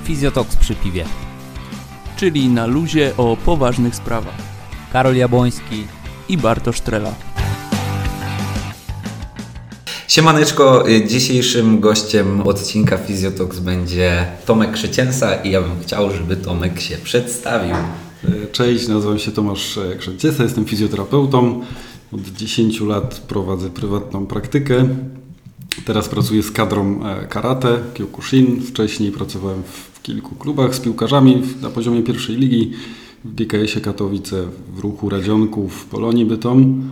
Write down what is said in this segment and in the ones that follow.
Fizjotoks przy piwie. Czyli na luzie o poważnych sprawach. Karol Jabłoński i Bartosz Trela. Siemaneczko, dzisiejszym gościem odcinka Fizjotoks będzie Tomek Krzecięsa i ja bym chciał, żeby Tomek się przedstawił. Cześć, nazywam się Tomasz Krzecięsa, jestem fizjoterapeutą. Od 10 lat prowadzę prywatną praktykę. Teraz pracuję z kadrą karate, Kyokushin. Wcześniej pracowałem w kilku klubach z piłkarzami na poziomie pierwszej ligi. W GKS-ie Katowice, w Ruchu Radzionków, w Polonii Bytom.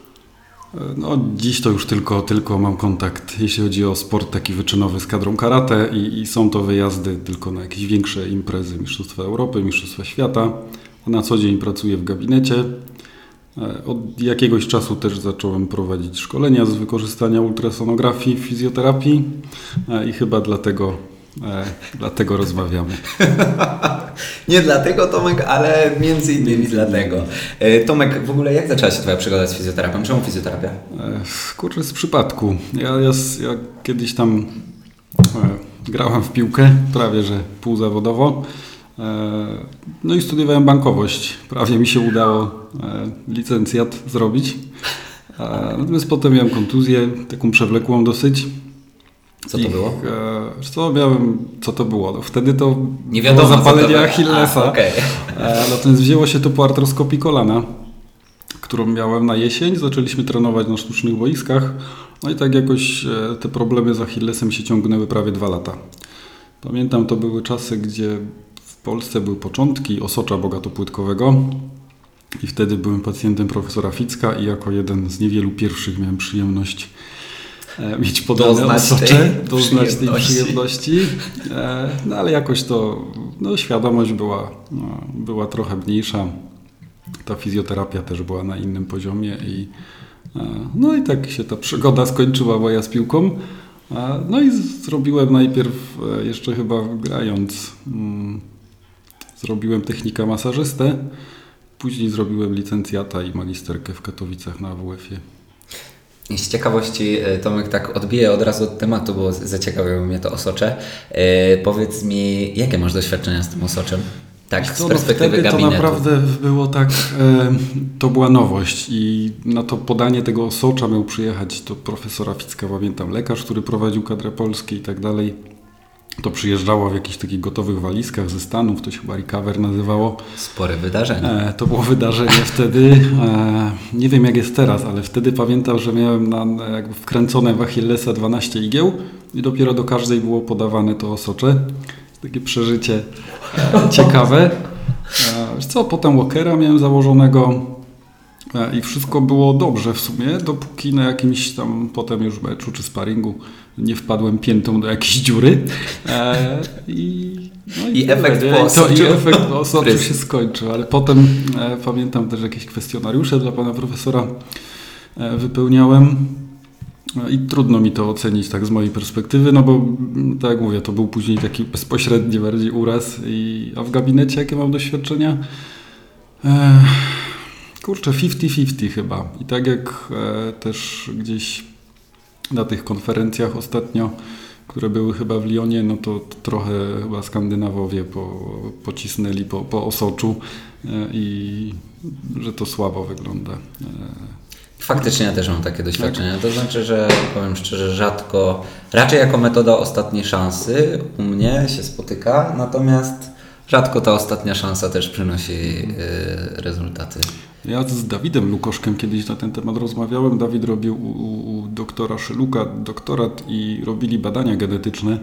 No, dziś to już tylko mam kontakt, jeśli chodzi o sport taki wyczynowy z kadrą karate i są to wyjazdy tylko na jakieś większe imprezy, Mistrzostwa Europy, Mistrzostwa Świata. A na co dzień pracuję w gabinecie. Od jakiegoś czasu też zacząłem prowadzić szkolenia z wykorzystania ultrasonografii w fizjoterapii i chyba dlatego rozmawiamy. Nie dlatego, Tomek, ale między innymi dlatego. Tomek, w ogóle jak zaczęła się Twoja przygoda z fizjoterapią? Czemu fizjoterapia? Kurczę, z przypadku. Ja kiedyś tam grałem w piłkę, prawie że półzawodowo. No i studiowałem bankowość. Prawie mi się udało licencjat zrobić. Natomiast potem miałem kontuzję, taką przewlekłą dosyć. Co to było? Co to było? No, wtedy to nie wiadomo, było zapalenie Achillesa. Okay. Natomiast wzięło się to po artroskopii kolana, którą miałem na jesień. Zaczęliśmy trenować na sztucznych boiskach. No i tak jakoś te problemy z Achillesem się ciągnęły prawie 2 lata. Pamiętam, to były czasy, gdzie w Polsce były początki osocza bogatopłytkowego. I wtedy byłem pacjentem profesora Ficka i jako jeden z niewielu pierwszych miałem przyjemność mieć podane osocze, doznać tej przyjemności. No ale jakoś to świadomość była trochę mniejsza. Ta fizjoterapia też była na innym poziomie i tak się ta przygoda skończyła moja z piłką. No i zrobiłem najpierw, jeszcze chyba grając, zrobiłem technika masażystę. Później zrobiłem licencjata i magisterkę w Katowicach na AWF-ie. Z ciekawości, Tomek, tak odbiję od razu od tematu, bo zaciekawiło mnie to osocze. Powiedz mi, jakie masz doświadczenia z tym osoczem? Tak, z perspektywy gabinetu. To naprawdę było tak, to była nowość i na to podanie tego osocza miał przyjechać do profesora Ficka, pamiętam, lekarz, który prowadził kadrę polskie i tak dalej. To przyjeżdżało w jakichś takich gotowych walizkach ze Stanów, to się chyba Recover nazywało. Spore wydarzenie. To było wydarzenie wtedy. Nie wiem jak jest teraz, ale wtedy pamiętam, że miałem jakby wkręcone w Achillesa 12 igieł i dopiero do każdej było podawane to osocze. Takie przeżycie ciekawe. Potem walkera miałem założonego i wszystko było dobrze w sumie, dopóki na jakimś tam potem już meczu czy sparingu nie wpadłem piętą do jakiejś dziury. I efekt po osoczu się skończył, ale potem pamiętam też jakieś kwestionariusze dla pana profesora wypełniałem. I trudno mi to ocenić tak z mojej perspektywy, no bo tak jak mówię, to był później taki bezpośredni bardziej uraz. A w gabinecie jakie mam doświadczenia? Kurczę, 50-50 chyba. I tak jak też gdzieś na tych konferencjach ostatnio, które były chyba w Lyonie, no to trochę chyba Skandynawowie pocisnęli po osoczu i że to słabo wygląda. Faktycznie ja też mam takie doświadczenia. To znaczy, że powiem szczerze, rzadko, raczej jako metoda ostatniej szansy u mnie się spotyka, natomiast rzadko ta ostatnia szansa też przynosi rezultaty. Ja z Dawidem Lukoszkiem kiedyś na ten temat rozmawiałem. Dawid robił u doktora Szyluka doktorat i robili badania genetyczne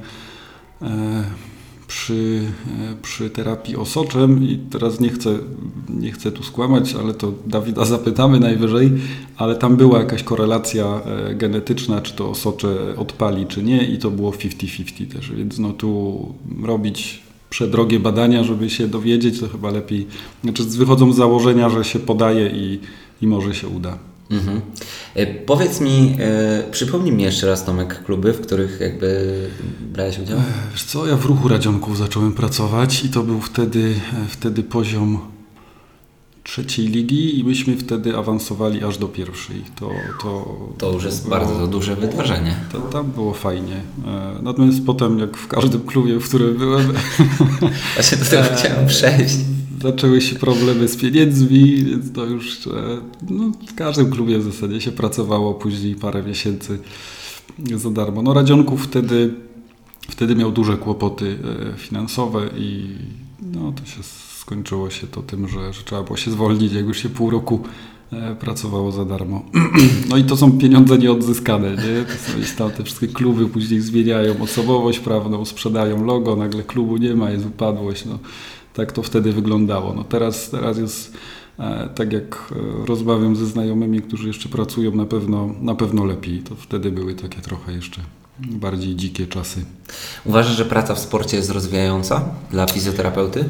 przy terapii osoczem i teraz nie chcę tu skłamać, ale to Dawida zapytamy najwyżej, ale tam była jakaś korelacja genetyczna, czy to osocze odpali, czy nie i to było 50-50 też, więc tu robić przedrogie badania, żeby się dowiedzieć, to chyba lepiej, wychodzą z założenia, że się podaje i może się uda. Mhm. Powiedz mi, przypomnij mi jeszcze raz, Tomek, kluby, w których jakby brałeś udział? Wiesz co, ja w Ruchu Radzionków zacząłem pracować i to był wtedy poziom trzeciej ligi i myśmy wtedy awansowali aż do pierwszej. To już jest było, bardzo duże wydarzenie. Tam było fajnie. Natomiast potem, jak w każdym klubie, w którym byłem, Właśnie do tego chciałem przejść. zaczęły się problemy z pieniędzmi, więc to już w każdym klubie w zasadzie się pracowało później parę miesięcy za darmo. No Radzionków wtedy miał duże kłopoty finansowe i to się skończyło się to tym, że trzeba było się zwolnić, jak już się pół roku pracowało za darmo. No i to są pieniądze nieodzyskane, nie? To są gdzieś tam te wszystkie kluby później zmieniają osobowość prawną, sprzedają logo, nagle klubu nie ma, jest upadłość. No, tak to wtedy wyglądało. No teraz jest tak jak rozmawiam ze znajomymi, którzy jeszcze pracują, na pewno lepiej. To wtedy były takie trochę jeszcze bardziej dzikie czasy. Uważasz, że praca w sporcie jest rozwijająca dla fizjoterapeuty?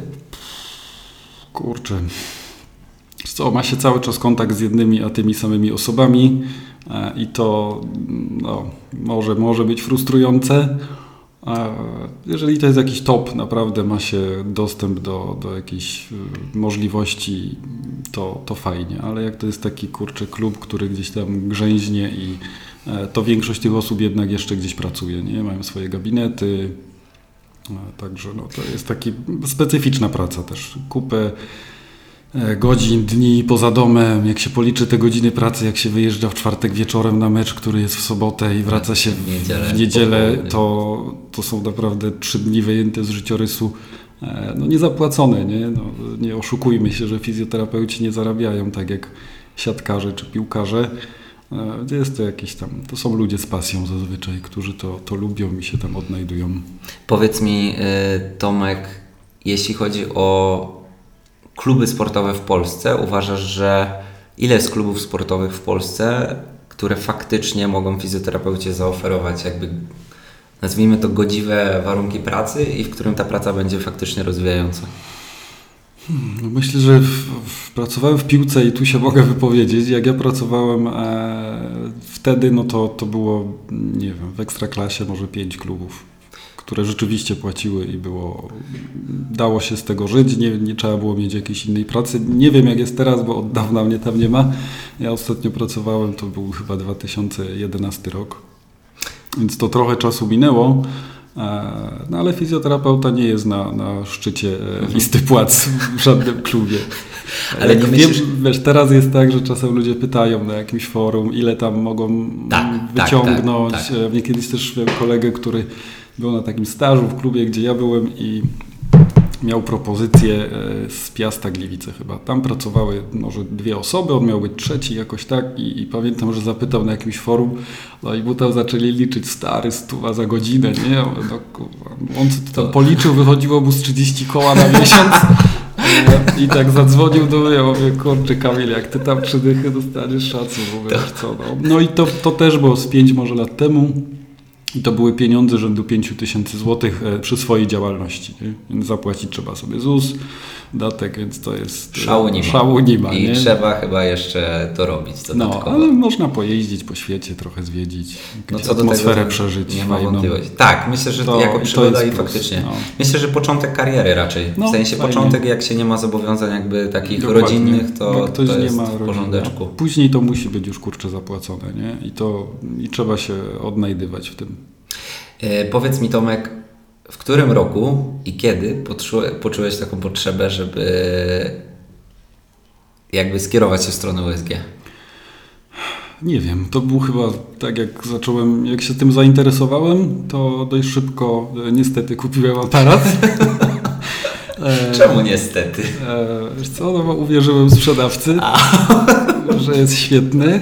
Kurczę. Ma się cały czas kontakt z jednymi a tymi samymi osobami i to może być frustrujące. Jeżeli to jest jakiś top, naprawdę ma się dostęp do jakichś możliwości, to fajnie, ale jak to jest taki klub, który gdzieś tam grzęźnie i to większość tych osób jednak jeszcze gdzieś pracuje, nie? Mają swoje gabinety, także to jest taka specyficzna praca też. Kupę godzin, dni poza domem, jak się policzy te godziny pracy, jak się wyjeżdża w czwartek wieczorem na mecz, który jest w sobotę i wraca się w niedzielę, to są naprawdę 3 dni wyjęte z życiorysu, niezapłacone, nie? Nie oszukujmy się, że fizjoterapeuci nie zarabiają tak jak siatkarze czy piłkarze. Jest to jakieś tam, to są ludzie z pasją zazwyczaj, którzy to lubią i się tam odnajdują. Powiedz mi, Tomek, jeśli chodzi o kluby sportowe w Polsce, uważasz, że ile jest klubów sportowych w Polsce, które faktycznie mogą fizjoterapeucie zaoferować jakby, nazwijmy to, godziwe warunki pracy i w którym ta praca będzie faktycznie rozwijająca? Myślę, że pracowałem w piłce i tu się mogę wypowiedzieć. Jak ja pracowałem wtedy, to było, nie wiem, w Ekstraklasie może 5 klubów, które rzeczywiście płaciły i dało się z tego żyć, nie trzeba było mieć jakiejś innej pracy. Nie wiem jak jest teraz, bo od dawna mnie tam nie ma. Ja ostatnio pracowałem, to był chyba 2011 rok, więc to trochę czasu minęło. Ale fizjoterapeuta nie jest na szczycie listy płac w żadnym klubie. Ale nie myślisz... Wiesz, teraz jest tak, że czasem ludzie pytają na jakimś forum, ile tam mogą wyciągnąć. Tak. Mnie kiedyś też miałem kolegę, który był na takim stażu w klubie, gdzie ja byłem i miał propozycję z Piasta Gliwice chyba. Tam pracowały może 2 osoby, on miał być trzeci jakoś tak i pamiętam, że zapytał na jakimś forum, i mu tam zaczęli liczyć 100 za godzinę, nie? On tam policzył, wychodziło mu z 30 koła na miesiąc i tak zadzwonił do mnie, mówię, kurczę Kamil, jak ty tam 3 dychy dostaniesz szacun, mówię, co no. No i to też było z 5 może lat temu. I to były pieniądze rzędu 5000 złotych przy swojej działalności. Nie? Więc zapłacić trzeba sobie ZUS, datek, więc to jest szału nie ma. I nie? trzeba chyba jeszcze to robić dodatkowo. Ale można pojeździć po świecie, trochę zwiedzić, atmosferę przeżyć. Nie ma wątpliwości. Tak, myślę, że jako przygoda i faktycznie. Myślę, że początek kariery raczej. W sensie fajnie. Początek, jak się nie ma zobowiązań jakby takich rodzinnych, to jest w porządeczku. Później to musi być już zapłacone, nie? I trzeba się odnajdywać w tym. Powiedz mi, Tomek, w którym roku i kiedy poczułeś taką potrzebę, żeby jakby skierować się w stronę USG? Nie wiem, to był chyba tak jak się tym zainteresowałem, to dość szybko niestety kupiłem aparat. Czemu niestety? Wiesz co, uwierzyłem sprzedawcy, że jest świetny.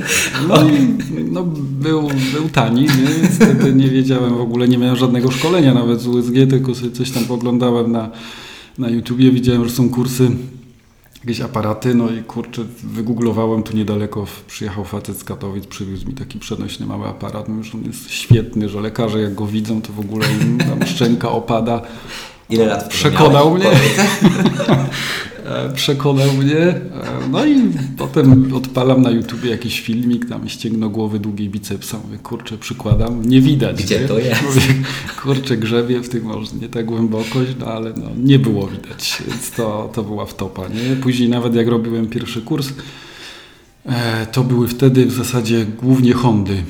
Był tani, nie? Niestety nie wiedziałem w ogóle, nie miałem żadnego szkolenia nawet z USG, tylko sobie coś tam poglądałem na YouTubie, widziałem, że są kursy, jakieś aparaty, i kurczę, wygooglowałem tu niedaleko, przyjechał facet z Katowic, przywiózł mi taki przenośny mały aparat, że on jest świetny, że lekarze jak go widzą, to w ogóle im tam szczęka opada. Ile lat przekonał mnie. Przekonał mnie. No i potem odpalam na YouTubie jakiś filmik, tam ścięgno głowy długiej bicepsa. Mówię, kurczę, przykładam. Nie widać. Gdzie nie? to jest? Mówię, kurczę, grzebię w tym, może nie tak głębokość, no ale no, nie było widać. Więc to była wtopa. Nie? Później nawet jak robiłem pierwszy kurs, to były wtedy w zasadzie głównie Hondy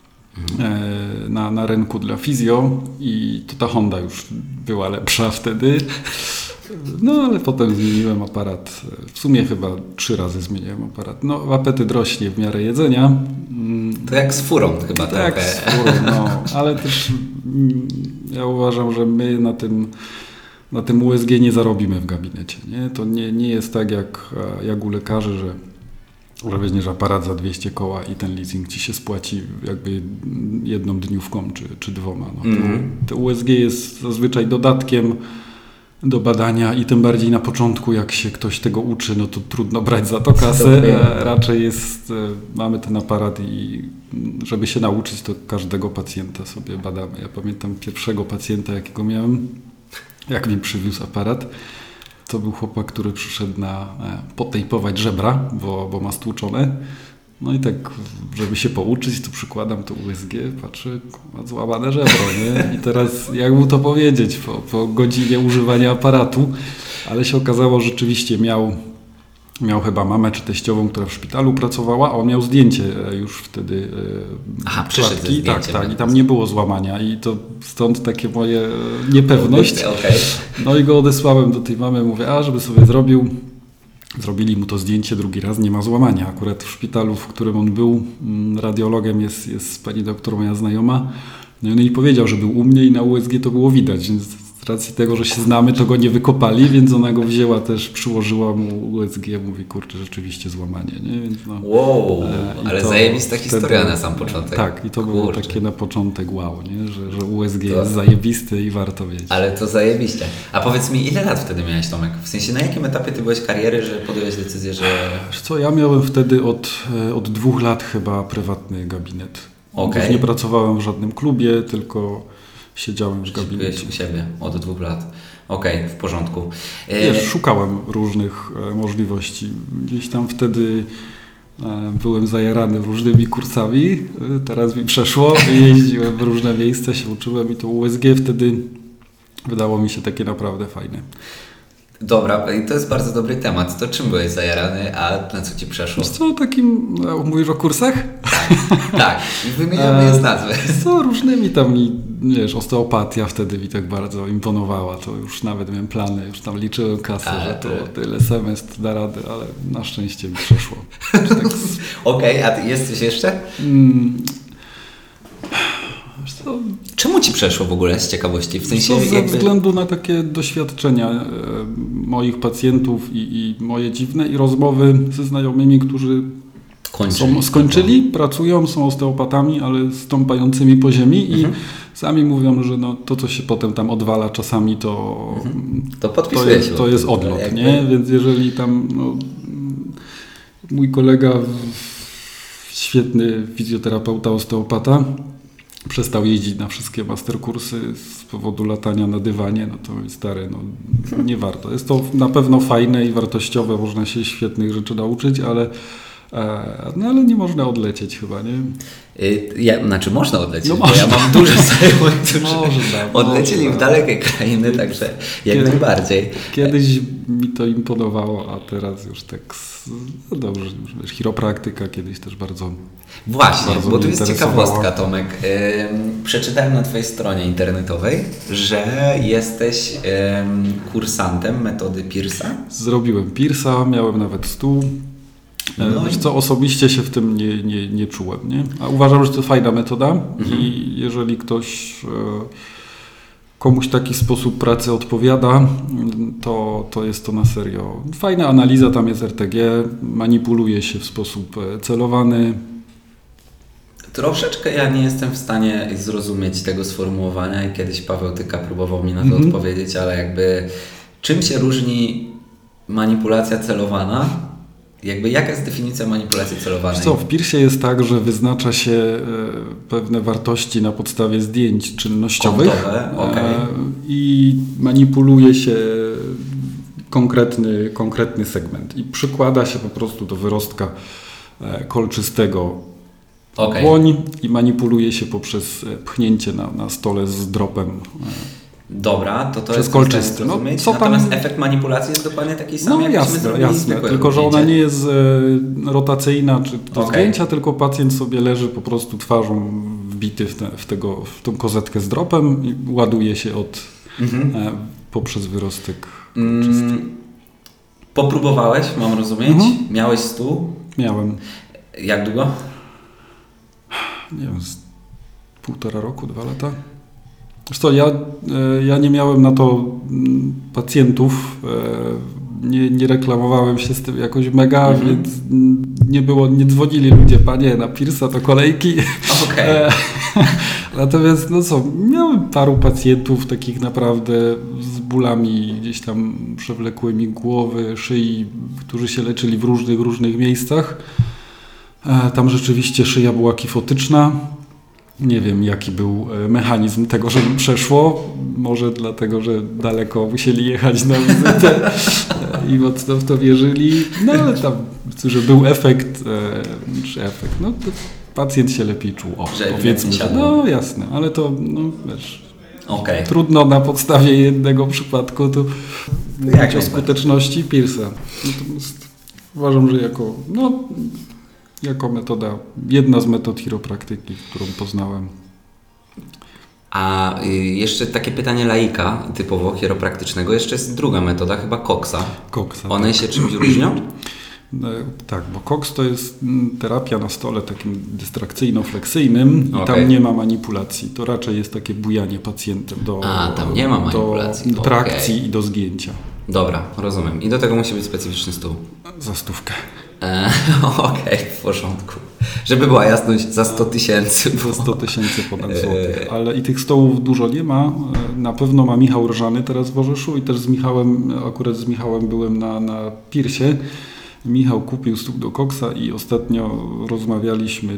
na rynku dla fizjo i to ta Honda już była lepsza wtedy. No ale potem zmieniłem aparat. W sumie chyba 3 razy zmieniłem aparat. No apetyt rośnie w miarę jedzenia. To jak z furą chyba tak jak trochę. z furą, no. Ale też ja uważam, że my na tym USG nie zarobimy w gabinecie. Nie? To nie jest tak jak u lekarzy, że weźmiesz aparat za 200 koła i ten leasing ci się spłaci jakby jedną dniówką czy 2. No. To USG jest zazwyczaj dodatkiem do badania i tym bardziej na początku, jak się ktoś tego uczy, no to trudno brać za to kasę. Raczej jest, mamy ten aparat i żeby się nauczyć, to każdego pacjenta sobie badamy. Ja pamiętam pierwszego pacjenta, jakiego miałem, jak mi przywiózł aparat. To był chłopak, który przyszedł potejpować żebra, bo ma stłuczone. No i tak, żeby się pouczyć, to przykładam to USG, patrzę, ma złamane żebro, nie? I teraz jak mu to powiedzieć po godzinie używania aparatu, ale się okazało, że rzeczywiście miał chyba mamę czy teściową, która w szpitalu pracowała, a on miał zdjęcie już wtedy przyszedł ze zdjęciem. Tak, i tam nie było złamania i to stąd takie moje niepewność. Okay. No i go odesłałem do tej mamy, mówię, żeby sobie zrobili mu to zdjęcie drugi raz, nie ma złamania. Akurat w szpitalu, w którym on był, radiologiem jest pani doktor, moja znajoma. No i on jej powiedział, że był u mnie i na USG to było widać, więc z racji tego, że się znamy, to go nie wykopali, więc ona go wzięła też, przyłożyła mu USG, mówi, kurczę, rzeczywiście złamanie. Nie? Więc no, wow, ale zajebista historia na sam początek. Tak, i to było takie na początek wow, nie? Że USG jest zajebisty i warto wiedzieć. Ale to zajebiście. A powiedz mi, ile lat wtedy miałeś, Tomek? W sensie, na jakim etapie ty byłeś kariery, że podjąłeś decyzję, że... Wiesz co, ja miałem wtedy od 2 lat chyba prywatny gabinet. Okay. Już nie pracowałem w żadnym klubie, tylko siedziałem w gabinecie. Byłeś u siebie od 2 lat. Okej, w porządku. Wiesz, szukałem różnych możliwości. Gdzieś tam wtedy byłem zajarany różnymi kursami. Teraz mi przeszło. Jeździłem w różne miejsca, się uczyłem i to USG wtedy wydało mi się takie naprawdę fajne. Dobra, i to jest bardzo dobry temat. To czym byłeś zajarany, a na co ci przeszło? Wiesz co, takim... Mówisz o kursach? Tak. I wymieniamy je z nazwy. Co, różnymi tam, wiesz, osteopatia wtedy mi tak bardzo imponowała. To już nawet miałem plany, już tam liczyłem kasę, że to tyle semestr da radę, ale na szczęście mi przeszło. Tak Okej, a jest coś jeszcze? Czemu ci przeszło w ogóle z ciekawości? W sensie ze względu na takie doświadczenia moich pacjentów i moje dziwne i rozmowy ze znajomymi, którzy skończyli, pracują, są osteopatami, ale stąpającymi po ziemi i sami mówią, że no, to, co się potem tam odwala czasami, to jest odlot, jakby... nie? Więc jeżeli tam mój kolega, świetny fizjoterapeuta, osteopata, przestał jeździć na wszystkie masterkursy z powodu latania na dywanie, no to stary, nie warto. Jest to na pewno fajne i wartościowe, można się świetnych rzeczy nauczyć, ale nie można odlecieć chyba, nie? Znaczy można odlecieć, no bo ja mam dużo znajomych, którzy odlecieli w można. dalekie krainy, także jak najbardziej. Kiedyś mi to imponowało, a teraz już tak dobrze, wiesz, chiropraktyka kiedyś też bardzo. Właśnie, bardzo bo tu jest ciekawostka, Tomek. Przeczytałem na twojej stronie internetowej, że jesteś kursantem metody Pearsa. Zrobiłem Pearsa, miałem nawet stół. Wiesz co, osobiście się w tym nie czułem, nie? A uważam, że to fajna metoda i jeżeli komuś taki sposób pracy odpowiada, to jest to na serio. Fajna analiza, tam jest RTG, manipuluje się w sposób celowany. Troszeczkę ja nie jestem w stanie zrozumieć tego sformułowania i kiedyś Paweł Tyka próbował mi na to odpowiedzieć, ale jakby czym się różni manipulacja celowana? Jaka jest definicja manipulacji celowanej? W Pearsie jest tak, że wyznacza się pewne wartości na podstawie zdjęć czynnościowych. Kątowe, okay. I manipuluje się konkretny segment i przykłada się po prostu do wyrostka kolczystego dłoń i manipuluje się poprzez pchnięcie na stole z dropem. Dobra, to Przez jest kolczysty. No, co tam... Natomiast efekt manipulacji jest dokładnie taki sam, No jakbyśmy jasne, zrobili jasne. zwykłe Tylko, że ona zdjęcie. nie jest rotacyjna czy do zdjęcia, tylko pacjent sobie leży po prostu twarzą wbity w tą kozetkę z dropem i ładuje się poprzez wyrostek kolczysty. Popróbowałeś, mam rozumieć? Miałeś stół? Miałem. Jak długo? Nie wiem, z 1,5 roku, 2 lata. Zresztą ja nie miałem na to pacjentów, nie reklamowałem się z tym jakoś mega, więc nie dzwonili ludzie, panie, na Pierce'a to kolejki. Okay. Natomiast miałem paru pacjentów takich naprawdę z bólami gdzieś tam przewlekłymi głowy, szyi, którzy się leczyli w różnych miejscach. Tam rzeczywiście szyja była kifotyczna. Nie wiem, jaki był mechanizm tego, że im przeszło. Może dlatego, że daleko musieli jechać na wizytę i mocno w to wierzyli. No ale tam, że był efekt, no to pacjent się lepiej czuł. Powiedzmy, że no jasne, ale to wiesz, trudno na podstawie jednego przypadku to mówić o skuteczności Pierce'a. Natomiast uważam, że jako metoda, jedna z metod chiropraktyki, którą poznałem. A jeszcze takie pytanie laika, typowo chiropraktycznego. Jeszcze jest druga metoda, chyba Coxa. One się czymś różnią? Tak, bo Cox to jest terapia na stole takim dystrakcyjno-fleksyjnym i tam nie ma manipulacji. To raczej jest takie bujanie pacjentem tam nie ma manipulacji. Do trakcji i do zgięcia. Dobra, rozumiem. I do tego musi być specyficzny stół. Za 100. W porządku. Żeby była jasność, za 100 000. Za 100 000 ponad złotych. Ale i tych stołów dużo nie ma. Na pewno ma Michał Różany teraz w Orzeszu i też akurat z Michałem byłem na Pierce'ie. Michał kupił stół do Coxa i ostatnio rozmawialiśmy,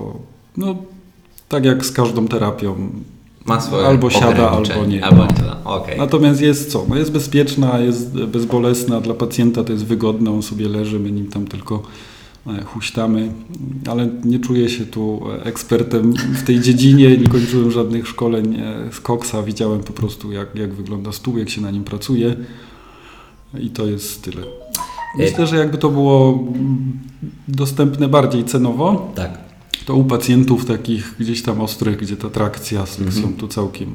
tak jak z każdą terapią. Ma swoje albo siada, albo nie. Natomiast jest jest bezpieczna, jest bezbolesna, dla pacjenta to jest wygodne, on sobie leży, my nim tam tylko huśtamy, ale nie czuję się tu ekspertem w tej dziedzinie, nie kończyłem żadnych szkoleń z Coxa, widziałem po prostu jak wygląda stół, jak się na nim pracuje i to jest tyle. Myślę, że jakby to było dostępne bardziej cenowo, to u pacjentów takich gdzieś tam ostrych, gdzie ta trakcja z lekcją to całkiem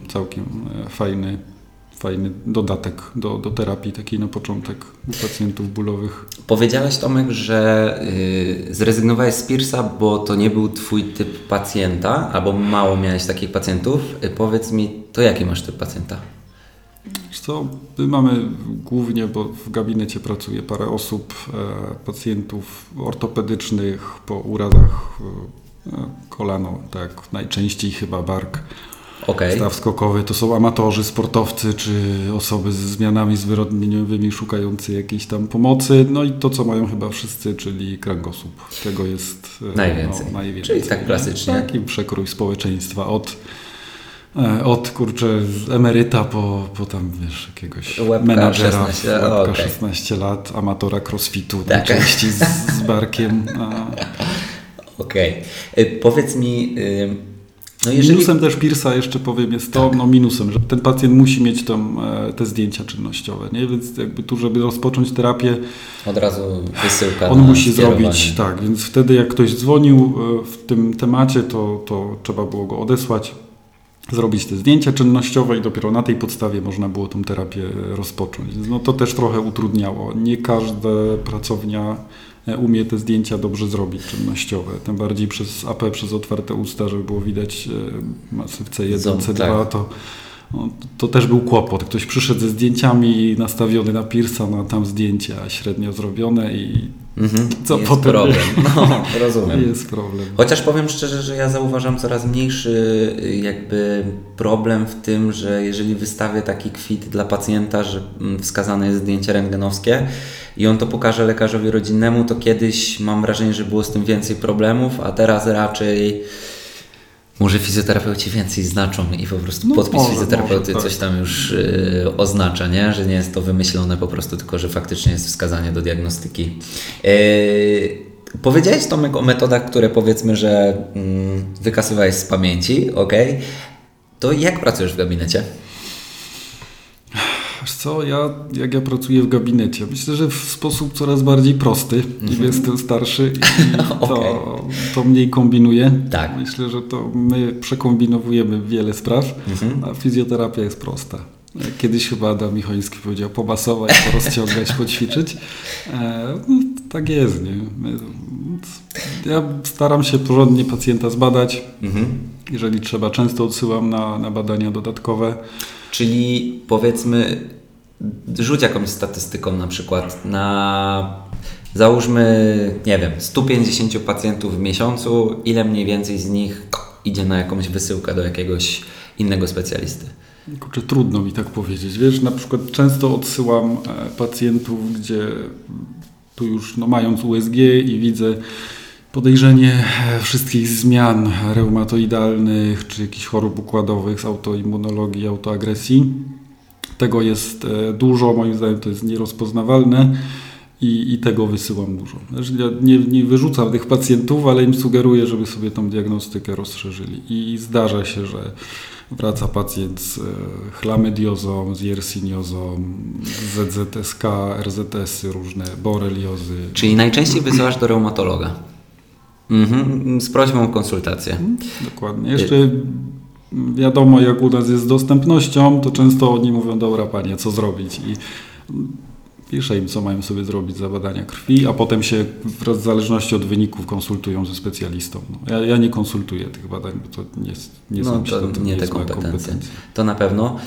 fajny dodatek do terapii takiej na początek u pacjentów bólowych. Powiedziałeś, Tomek, że zrezygnowałeś z Pierce'a, bo to nie był twój typ pacjenta, albo mało miałeś takich pacjentów. Powiedz mi, to jaki masz typ pacjenta? My mamy głównie, bo w gabinecie pracuje parę osób, pacjentów ortopedycznych po urazach kolano, tak, najczęściej chyba bark, staw skokowy. To są amatorzy, sportowcy, czy osoby z zmianami zwyrodnieniowymi szukający jakiejś tam pomocy. No i to, co mają chyba wszyscy, czyli kręgosłup. Tego jest najwięcej. Czyli tak klasycznie. Taki przekrój społeczeństwa od emeryta po tam, wiesz, jakiegoś menadżera, 16 lat, amatora crossfitu, najczęściej z barkiem. Powiedz mi... Minusem też Pierce'a jeszcze powiem jest to, minusem, że ten pacjent musi mieć te zdjęcia czynnościowe, nie? Więc jakby tu, żeby rozpocząć terapię, od razu wysyłka. On musi zrobić, więc wtedy jak ktoś dzwonił w tym temacie, to trzeba było go odesłać, zrobić te zdjęcia czynnościowe i dopiero na tej podstawie można było tą terapię rozpocząć. To też trochę utrudniało. Nie każda pracownia umie te zdjęcia dobrze zrobić czynnościowe. Tym bardziej przez AP, przez otwarte usta, żeby było widać masy w C1, C2, to też był kłopot. Ktoś przyszedł ze zdjęciami nastawiony na Pierce'a, ma tam zdjęcia średnio zrobione i co jest potem? Problem. Rozumiem. Jest problem. Chociaż powiem szczerze, że ja zauważam coraz mniejszy jakby problem w tym, że jeżeli wystawię taki kwit dla pacjenta, że wskazane jest zdjęcie rentgenowskie i on to pokaże lekarzowi rodzinnemu, to kiedyś mam wrażenie, że było z tym więcej problemów, a teraz raczej Może fizjoterapeuci więcej znaczą i po prostu podpis może, fizjoterapeuty tak. coś tam już oznacza, nie? Że nie jest to wymyślone po prostu, tylko że faktycznie jest wskazanie do diagnostyki. Powiedziałeś, Tomek, o metodach, które powiedzmy, że wykasowałeś z pamięci, okej. To jak pracujesz w gabinecie? Wiesz co, jak ja pracuję w gabinecie, myślę, że w sposób coraz bardziej prosty. Im jestem starszy i to mniej kombinuję. Tak. Myślę, że to my przekombinowujemy wiele spraw, a fizjoterapia jest prosta. Kiedyś chyba Adam Michoński powiedział pomasować, porozciągać, poćwiczyć. Tak jest, nie? Ja staram się porządnie pacjenta zbadać. Jeżeli trzeba, często odsyłam na badania dodatkowe. Czyli powiedzmy, rzuć jakąś statystyką na przykład na, załóżmy, nie wiem, 150 pacjentów w miesiącu, ile mniej więcej z nich idzie na jakąś wysyłkę do jakiegoś innego specjalisty? Kurczę, trudno mi tak powiedzieć. Wiesz, na przykład często odsyłam pacjentów, gdzie tu już mając USG i widzę podejrzenie wszystkich zmian reumatoidalnych czy jakichś chorób układowych z autoimmunologii, autoagresji. Tego jest dużo, moim zdaniem to jest nierozpoznawalne i tego wysyłam dużo. Ja nie wyrzucam tych pacjentów, ale im sugeruję, żeby sobie tą diagnostykę rozszerzyli. I zdarza się, że wraca pacjent z chlamydiozą, z yersiniozą, z ZZSK, RZS-y różne, boreliozy. Czyli najczęściej wysyłasz do reumatologa? Z prośbą o konsultację. Dokładnie. Jeszcze wiadomo, jak u nas jest z dostępnością, to często oni mówią, dobra panie, co zrobić? I piszę im, co mają sobie zrobić za badania krwi, a potem się w zależności od wyników konsultują ze specjalistą. Ja nie konsultuję tych badań, bo to nie są to nie te jest moja kompetencje. To na pewno.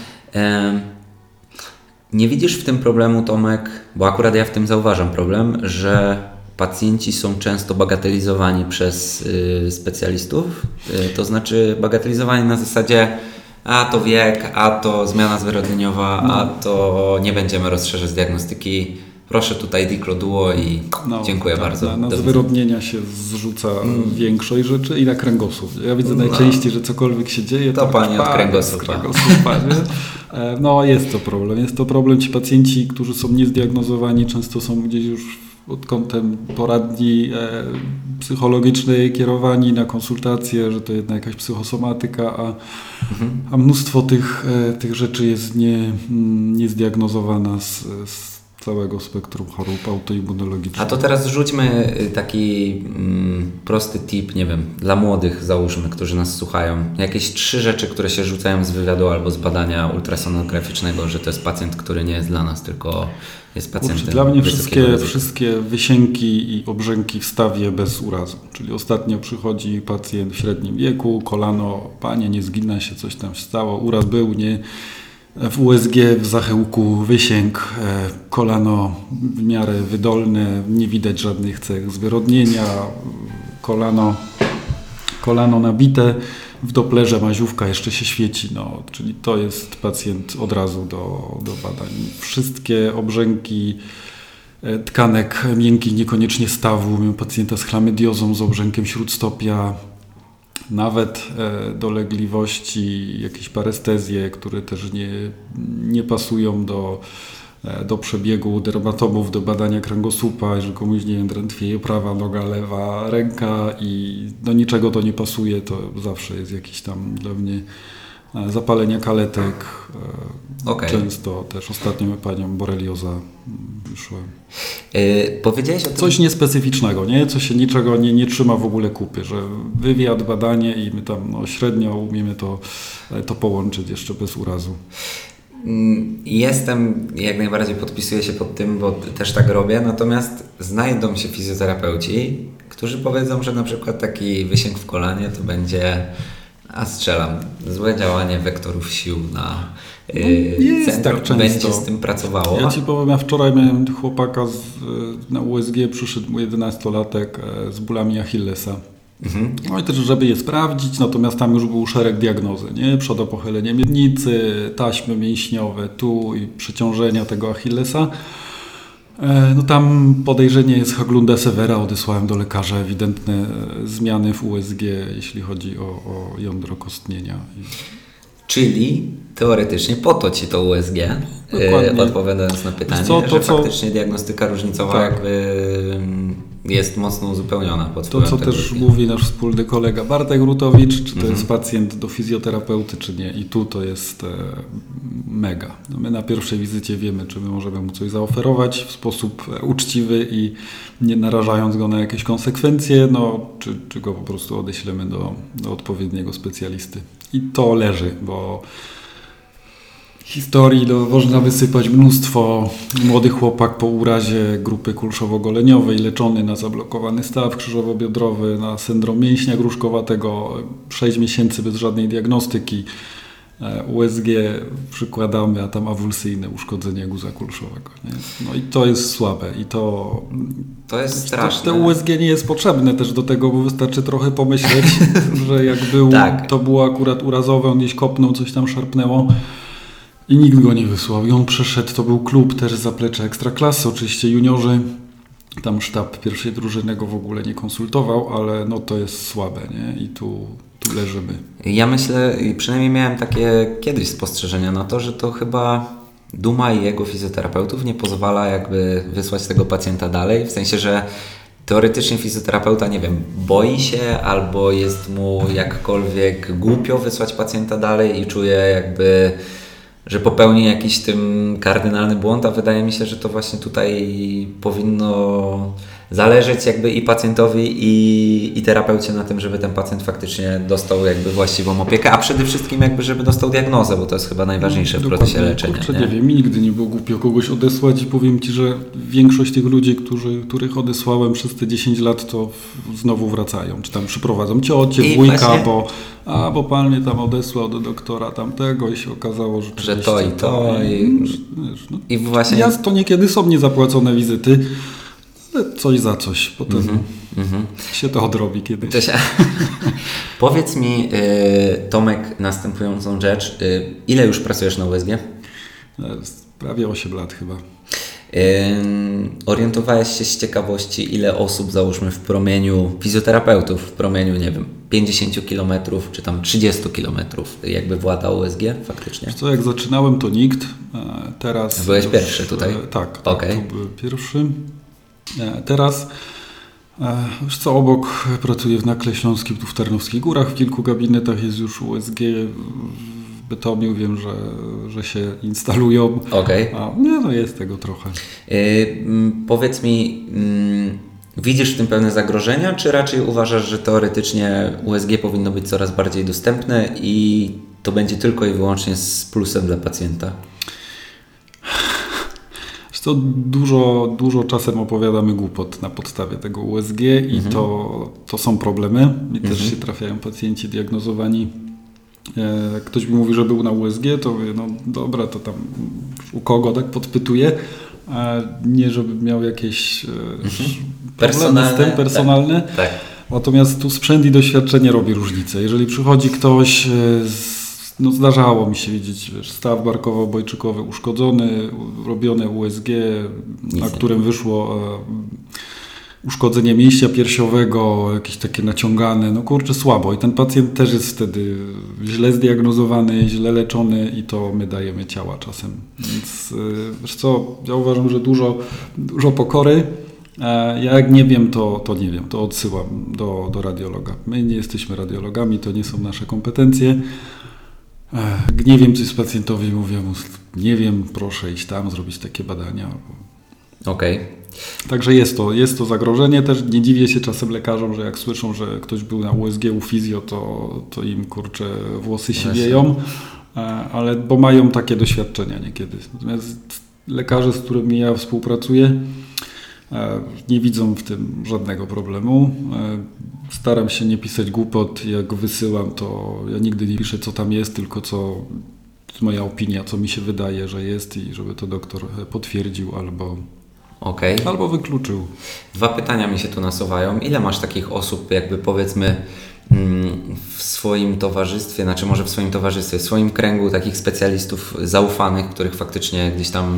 Nie widzisz w tym problemu, Tomek, bo akurat ja w tym zauważam problem, że pacjenci są często bagatelizowani przez specjalistów, to znaczy bagatelizowani na zasadzie a to wiek, a to zmiana zwyrodnieniowa, a to nie będziemy rozszerzać diagnostyki, proszę tutaj Diclo-Duo i dziękuję bardzo. Na zwyrodnienia się zrzuca większość rzeczy i na kręgosłup. Ja widzę najczęściej, że cokolwiek się dzieje, to pani od kręgosłupa. No jest to problem. Jest to problem. Ci pacjenci, którzy są niezdiagnozowani, często są gdzieś już pod kątem poradni psychologicznej kierowani na konsultacje, że to jednak jakaś psychosomatyka, a mnóstwo tych rzeczy jest niezdiagnozowana z całego spektrum chorób autoimmunologicznych. A to teraz rzućmy taki prosty tip, nie wiem, dla młodych załóżmy, którzy nas słuchają. Jakieś 3 rzeczy, które się rzucają z wywiadu albo z badania ultrasonograficznego, że to jest pacjent, który nie jest dla nas, tylko jest pacjentem. Dla mnie wszystkie wysięki i obrzęki wstawię bez urazu. Czyli ostatnio przychodzi pacjent w średnim wieku, kolano, panie, nie zgina się, coś tam się stało, uraz był, nie. W USG, w zachełku wysięg, kolano w miarę wydolne, nie widać żadnych cech zwyrodnienia, kolano nabite, w Dopplerze maziówka jeszcze się świeci, czyli to jest pacjent od razu do badań. Wszystkie obrzęki tkanek miękkich, niekoniecznie stawu, miałem pacjenta z chlamydiozą, z obrzękiem śródstopia, nawet dolegliwości, jakieś parestezje, które też nie pasują do przebiegu dermatomów, do badania kręgosłupa, jeżeli komuś, nie wiem, drętwieje prawa noga, lewa ręka i do niczego to nie pasuje, to zawsze jest jakieś tam dla mnie zapalenia kaletek. Okay. Często też ostatnio panią borelioza wyszła. Powiedziałeś o tym... Coś niespecyficznego, nie? Co się niczego nie trzyma w ogóle kupy, że wywiad, badanie i my tam średnio umiemy to połączyć jeszcze bez urazu. Jak najbardziej podpisuję się pod tym, bo też tak robię, natomiast znajdą się fizjoterapeuci, którzy powiedzą, że na przykład taki wysięg w kolanie to będzie, strzelam, złe działanie wektorów sił na centrum, tak będzie z tym pracowało. Ja Ci powiem, ja wczoraj miałem chłopaka na USG, przyszedł mu 11-latek z bólami Achillesa. No i też, żeby je sprawdzić, natomiast tam już był szereg diagnozy, nie? Przodopochylenie miednicy, taśmy mięśniowe tu i przeciążenia tego Achillesa. No tam podejrzenie jest Haglunda Severa, odesłałem do lekarza ewidentne zmiany w USG, jeśli chodzi o jądro kostnienia. Czyli teoretycznie po to ci to USG, Dokładnie. odpowiadając na pytanie, że faktycznie diagnostyka różnicowa Tak. jakby jest mocno uzupełniona pod To, wpływem co tego też filmu. mówi nasz wspólny kolega Bartek Rutowicz, czy to jest pacjent do fizjoterapeuty, czy nie. I tu to jest mega. No my na pierwszej wizycie wiemy, czy my możemy mu coś zaoferować w sposób uczciwy i nie narażając go na jakieś konsekwencje, no, czy go po prostu odeślemy do odpowiedniego specjalisty. I to leży, bo historii można wysypać mnóstwo. Młody chłopak po urazie grupy kulszowo-goleniowej, leczony na zablokowany staw krzyżowo-biodrowy, na syndrom mięśnia gruszkowatego, 6 miesięcy bez żadnej diagnostyki. USG przykładamy, a tam awulsyjne uszkodzenie guza kulszowego. Nie? No i to jest słabe. I to jest straszne. Te USG nie jest potrzebne też do tego, bo wystarczy trochę pomyśleć, że jak był, Tak. to było akurat urazowe, on gdzieś kopnął, coś tam szarpnęło. I nikt go nie wysłał. I on przeszedł, to był klub też z zaplecza Ekstraklasy, oczywiście juniorzy. Tam sztab pierwszej drużyny go w ogóle nie konsultował, ale no to jest słabe, nie? I tu leżymy. Ja myślę, i przynajmniej miałem takie kiedyś spostrzeżenia na to, że to chyba duma i jego fizjoterapeutów nie pozwala jakby wysłać tego pacjenta dalej, w sensie, że teoretycznie fizjoterapeuta, nie wiem, boi się albo jest mu jakkolwiek głupio wysłać pacjenta dalej i czuje jakby, że popełni jakiś tym kardynalny błąd, a wydaje mi się, że to właśnie tutaj powinno zależeć jakby i pacjentowi i terapeucie na tym, żeby ten pacjent faktycznie dostał jakby właściwą opiekę, a przede wszystkim jakby, żeby dostał diagnozę, bo to jest chyba najważniejsze w procesie leczenia. Kurczę, nie wiem, mi nigdy nie było głupio kogoś odesłać i powiem Ci, że większość tych ludzi, których odesłałem przez te 10 lat, to znowu wracają, czy tam przyprowadzą ciocię, I wujka, właśnie- bo pan mnie tam odesłał do doktora tamtego i się okazało, że Że to i to wiesz, no. i właśnie... Ja to niekiedy są niezapłacone wizyty, ale coś za coś, potem się to odrobi kiedyś. To się... Powiedz mi, Tomek, następującą rzecz. Ile już pracujesz na USG? Prawie 8 lat chyba. Orientowałeś się z ciekawości, ile osób, załóżmy w promieniu, fizjoterapeutów w promieniu, nie wiem, 50 km czy tam 30 km jakby włada USG faktycznie? Wiesz co, jak zaczynałem, to nikt. Teraz Byłeś już, pierwszy tutaj? Tak, Okej. to byłem pierwszy. Teraz wiesz co, obok pracuję w Nakle Śląskim, tu w Tarnowskich Górach, w kilku gabinetach jest już USG. W Bytomiu wiem, że się instalują. Okej. A nie, no jest tego trochę. Powiedz mi, widzisz w tym pewne zagrożenia, czy raczej uważasz, że teoretycznie USG powinno być coraz bardziej dostępne i to będzie tylko i wyłącznie z plusem dla pacjenta? Wiesz co, dużo czasem opowiadamy głupot na podstawie tego USG i to są problemy. I też się trafiają pacjenci diagnozowani. Jak ktoś mi mówi, że był na USG, to mówię, no dobra, to tam u kogo tak podpytuję, a nie żeby miał jakieś problemy z tym personalne. Tak. Natomiast tu sprzęt i doświadczenie robi różnicę. Jeżeli przychodzi ktoś, no zdarzało mi się widzieć, wiesz, staw barkowo-obojczykowy uszkodzony, robione USG, na którym wyszło uszkodzenie mięśnia piersiowego, jakieś takie naciągane, no kurczę, słabo. I ten pacjent też jest wtedy źle zdiagnozowany, źle leczony i to my dajemy ciała czasem. Więc wiesz co, ja uważam, że dużo pokory. Ja jak nie wiem, to nie wiem, to odsyłam do radiologa. My nie jesteśmy radiologami, to nie są nasze kompetencje. Nie wiem, coś pacjentowi mówię mu, nie wiem, proszę iść tam, zrobić takie badania. Okej. Także jest to zagrożenie. Też nie dziwię się czasem lekarzom, że jak słyszą, że ktoś był na USG u fizjo, to im kurczę włosy siwieją, ale bo mają takie doświadczenia niekiedy. Natomiast lekarze, z którymi ja współpracuję, nie widzą w tym żadnego problemu. Staram się nie pisać głupot. Jak wysyłam, to ja nigdy nie piszę, co tam jest, tylko co moja opinia, co mi się wydaje, że jest i żeby to doktor potwierdził albo wykluczył. 2 pytania mi się tu nasuwają. Ile masz takich osób, jakby powiedzmy w swoim towarzystwie, znaczy może w swoim towarzystwie, w swoim kręgu takich specjalistów zaufanych, których faktycznie gdzieś tam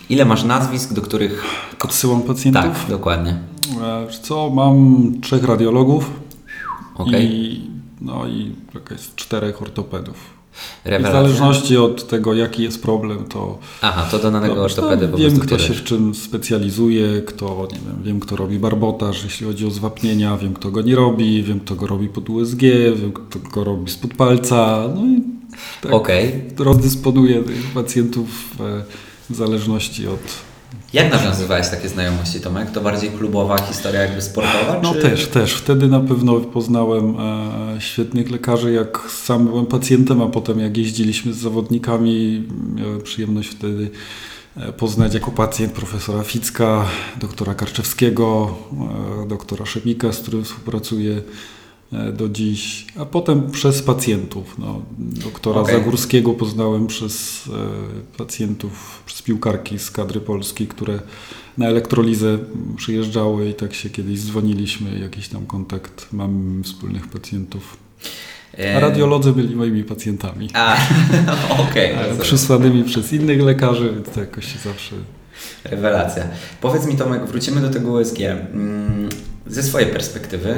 Ile masz nazwisk, do których... Odsyłam pacjentów. Tak, dokładnie. Wiesz co, mam 3 radiologów Okej. i jest 4 ortopedów. I w Rewelacja. zależności od tego, jaki jest problem, to... Aha, to do danego ortopedy po wiem, prostu kto się kierujesz. w czym specjalizuje, wiem, kto robi barbotaż, jeśli chodzi o zwapnienia, wiem, kto go nie robi, wiem, kto go robi pod USG, wiem, kto go robi spod palca, no i tak Okej. rozdysponuję tych pacjentów w zależności od... Jak nawiązywałeś takie znajomości, Tomek? To bardziej klubowa historia jakby sportowa? No czy... też. Wtedy na pewno poznałem świetnych lekarzy, jak sam byłem pacjentem, a potem jak jeździliśmy z zawodnikami, miałem przyjemność wtedy poznać jako pacjent profesora Ficka, doktora Karczewskiego, doktora Szemika, z którym współpracuję do dziś, a potem przez pacjentów. No, doktora Zagórskiego poznałem przez pacjentów, przez piłkarki z kadry polskiej, które na elektrolizę przyjeżdżały i tak się kiedyś dzwoniliśmy, jakiś tam kontakt, mamy wspólnych pacjentów. A radiolodzy byli moimi pacjentami. Okej. Przysłanymi przez innych lekarzy, więc to jakoś się zawsze... Rewelacja. Powiedz mi, Tomek, wrócimy do tego USG. Ze swojej perspektywy,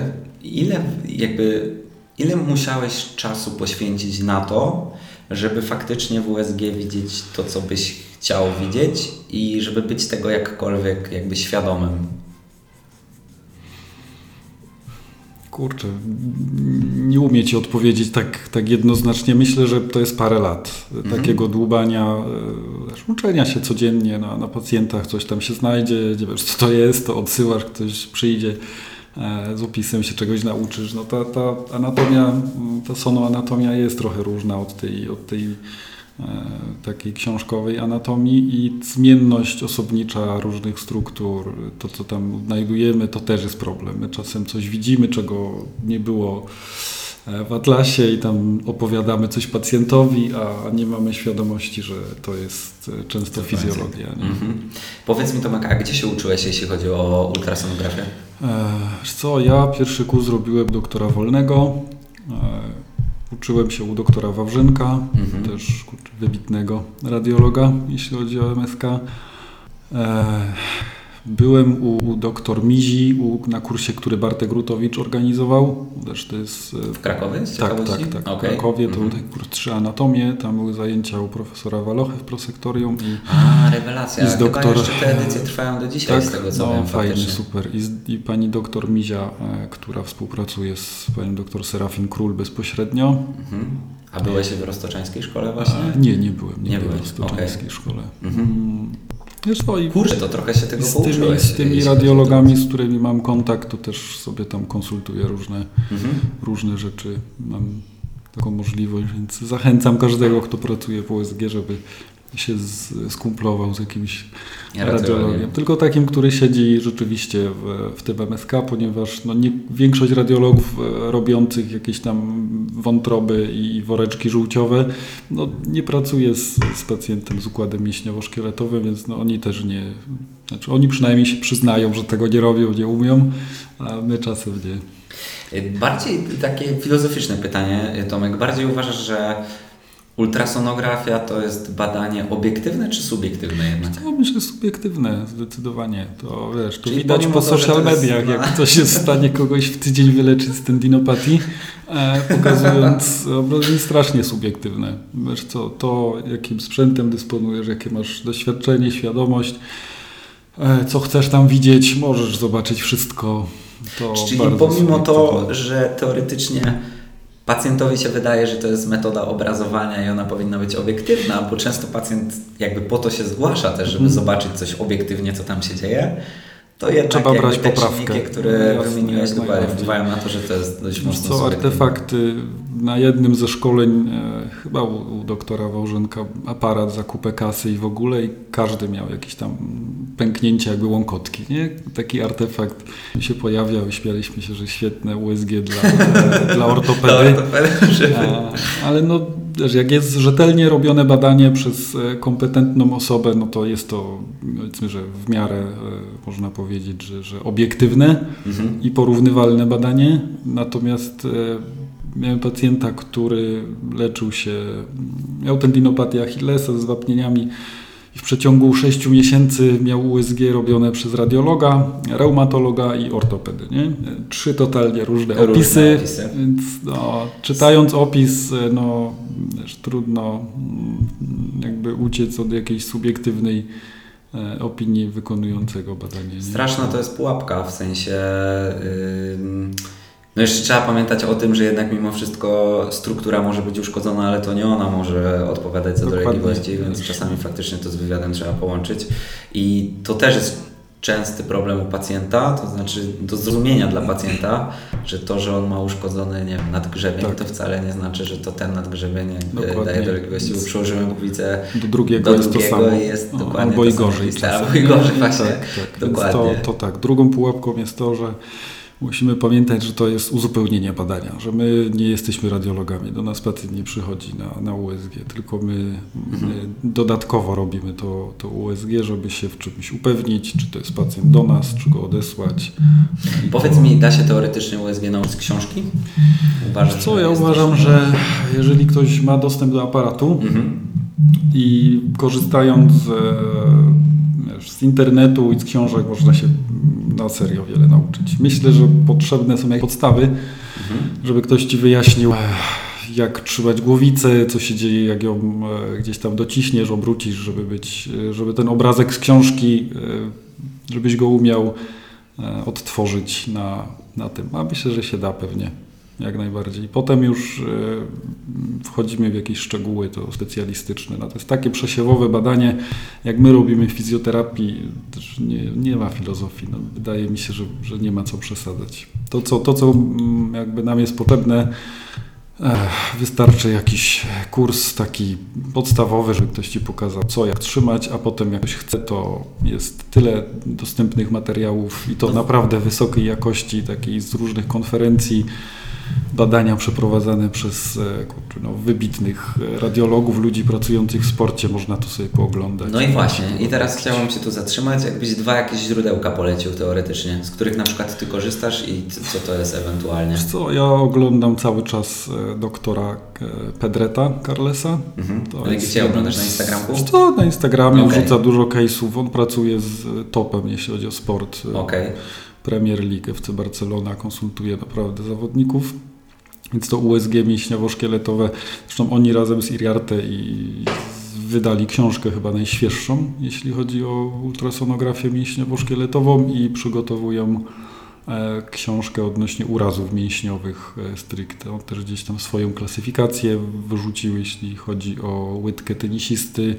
ile musiałeś czasu poświęcić na to, żeby faktycznie w USG widzieć to, co byś chciał widzieć i żeby być tego jakkolwiek jakby świadomym? Kurczę, nie umiem Ci odpowiedzieć tak jednoznacznie. Myślę, że to jest parę lat takiego dłubania, uczenia się codziennie na pacjentach, coś tam się znajdzie, nie wiesz co to jest, to odsyłasz, ktoś przyjdzie, z opisem się czegoś nauczysz. No ta anatomia, ta sonoanatomia jest trochę różna od tej takiej książkowej anatomii i zmienność osobnicza różnych struktur, to co tam znajdujemy, to też jest problem. My czasem coś widzimy, czego nie było w atlasie i tam opowiadamy coś pacjentowi, a nie mamy świadomości, że to jest często fizjologia. Powiedz mi, Tomek, a gdzie się uczyłeś, jeśli chodzi o ultrasonografię? Ja pierwszy kurs zrobiłem doktora Wolnego. Uczyłem się u doktora Wawrzynka, też wybitnego radiologa, jeśli chodzi o MSK. Byłem u doktor Mizi na kursie, który Bartek Rutowicz organizował. Też to jest, w Krakowie? Tak. W Krakowie to był kurs 3 anatomie, tam były zajęcia u profesora Walochy w prosektorium. Rewelacja. Chyba jeszcze te edycje trwają do dzisiaj, z tego co wiem. Fajnie, super. I pani doktor Mizia, która współpracuje z panią doktor Serafin Król bezpośrednio. A byłeś w roztoczańskiej szkole właśnie? Nie byłem. Nie byłem w roztoczańskiej szkole. Kurczę, to trochę się tego pouczyłeś. Z tymi radiologami, z którymi mam kontakt, to też sobie tam konsultuję różne rzeczy. Mam taką możliwość, więc zachęcam każdego, kto pracuje w USG, żeby się skumplował z jakimś radiologiem. Tylko takim, który siedzi rzeczywiście w tym MSK, ponieważ większość radiologów robiących jakieś tam wątroby i woreczki żółciowe nie pracuje z pacjentem z układem mięśniowo-szkieletowym, więc oni też nie... Znaczy oni przynajmniej się przyznają, że tego nie robią, nie umią, a my czasem nie. Bardziej takie filozoficzne pytanie, Tomek. Bardziej uważasz, że ultrasonografia to jest badanie obiektywne czy subiektywne jednak? To myślę, że subiektywne, zdecydowanie. To wiesz, to czyli widać po social mediach, jak coś jest w stanie kogoś w tydzień wyleczyć z tendinopatii, pokazując obrazy strasznie subiektywne. Wiesz co, to jakim sprzętem dysponujesz, jakie masz doświadczenie, świadomość, co chcesz tam widzieć, możesz zobaczyć wszystko. Czyli pomimo to, że teoretycznie pacjentowi się wydaje, że to jest metoda obrazowania i ona powinna być obiektywna, bo często pacjent jakby po to się zgłasza też, żeby zobaczyć coś obiektywnie, co tam się dzieje, to jednak trzeba brać poprawkę. Czynniki, które wymieniłeś dokładnie, wpływają na to, że to jest dość mocno subiektywne. Artefakty na jednym ze szkoleń, chyba u doktora Wałżynka, aparat za kupę kasy i w ogóle i każdy miał jakieś tam pęknięcie jakby łąkotki, nie? Taki artefakt się pojawiał i śmialiśmy się, że świetne USG dla ortopedy. Ale wiesz, jak jest rzetelnie robione badanie przez kompetentną osobę, to jest to, powiedzmy, że w miarę można powiedzieć, że obiektywne i porównywalne badanie. Natomiast miałem pacjenta, który leczył się, miał tendinopatię Achillesa z wapnieniami i W przeciągu 6 miesięcy miał USG robione przez radiologa, reumatologa i ortopedy. Nie? 3 totalnie różne opisy. Więc czytając opis, trudno jakby uciec od jakiejś subiektywnej opinii wykonującego badanie. Nie? Straszna to jest pułapka, w sensie... No jeszcze trzeba pamiętać o tym, że jednak mimo wszystko struktura może być uszkodzona, ale to nie ona może odpowiadać za dolegliwości, więc czasami faktycznie to z wywiadem trzeba połączyć. I to też jest częsty problem u pacjenta, to znaczy do zrozumienia dla pacjenta, że to, że on ma uszkodzony, nie wiem, nadgrzebień, to wcale nie znaczy, że to ten nadgrzebień daje dolegliwości, bo przełożymy głowicę do drugiego jest to samo. Jest dokładnie albo i gorzej. Albo i gorzej, właśnie. Dokładnie. To tak. Drugą pułapką jest to, że musimy pamiętać, że to jest uzupełnienie badania, że my nie jesteśmy radiologami, do nas pacjent nie przychodzi na USG, tylko my dodatkowo robimy to USG, żeby się w czymś upewnić, czy to jest pacjent do nas, czy go odesłać. Powiedz mi, da się teoretycznie USG nauczyć z książki? Ja uważam, że jeżeli ktoś ma dostęp do aparatu i korzystając z internetu i z książek można się na serio wiele nauczyć. Myślę, że potrzebne są jakieś podstawy, żeby ktoś Ci wyjaśnił, jak trzymać głowicę, co się dzieje, jak ją gdzieś tam dociśniesz, obrócisz, żeby ten obrazek z książki, żebyś go umiał odtworzyć na tym. A myślę, że się da pewnie. Jak najbardziej. Potem już wchodzimy w jakieś szczegóły to specjalistyczne. To jest takie przesiewowe badanie, jak my robimy w fizjoterapii, nie ma filozofii. Wydaje mi się, że nie ma co przesadzać. To, co jakby nam jest potrzebne, wystarczy jakiś kurs taki podstawowy, żeby ktoś Ci pokazał, co, jak trzymać, a potem jak ktoś chce, to jest tyle dostępnych materiałów i to naprawdę wysokiej jakości, takiej z różnych konferencji, badania przeprowadzane przez wybitnych radiologów, ludzi pracujących w sporcie, można tu sobie pooglądać. No i właśnie, i teraz chciałbym się tu zatrzymać, jakbyś 2 jakieś źródełka polecił teoretycznie, z których na przykład Ty korzystasz i co to jest ewentualnie? Ja oglądam cały czas doktora Pedreta Carlesa. Ale gdzie oglądasz, na Instagramku? Na Instagramie, wrzuca dużo case'ów, on pracuje z topem, jeśli chodzi o sport. Premier League, FC Barcelona, konsultuje naprawdę zawodników. Więc to USG mięśniowo-szkieletowe, zresztą oni razem z Iriarte i wydali książkę chyba najświeższą, jeśli chodzi o ultrasonografię mięśniowo-szkieletową i przygotowują książkę odnośnie urazów mięśniowych stricte. On też gdzieś tam swoją klasyfikację wyrzucił, jeśli chodzi o łydkę tenisisty.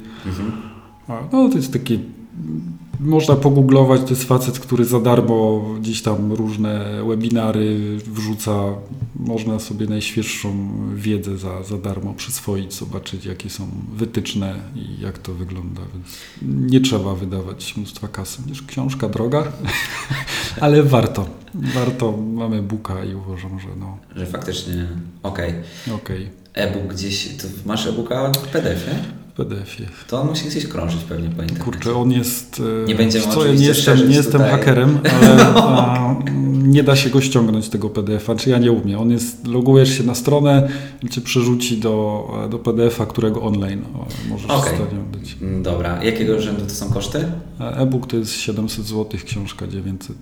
To jest takie... Można pogooglować, to jest facet, który za darmo gdzieś tam różne webinary wrzuca. Można sobie najświeższą wiedzę za darmo przyswoić, zobaczyć jakie są wytyczne i jak to wygląda. Więc nie trzeba wydawać mnóstwa kasy. Książka droga, ale warto. Mamy booka i uważam, że Że faktycznie okej. E-book gdzieś, to masz e-booka w PDF-ie? W PDF-ie. To on musi gdzieś krążyć pewnie po internecie. Kurczę, on jest... Nie będziemy ja nie jestem hakerem, ale nie da się go ściągnąć tego PDF-a, czy ja nie umiem. On jest, logujesz się na stronę i Cię przerzuci do PDF-a, którego online możesz w stanie oddać. Dobra. Jakiego rzędu to są koszty? E-book to jest 700 zł, książka 900.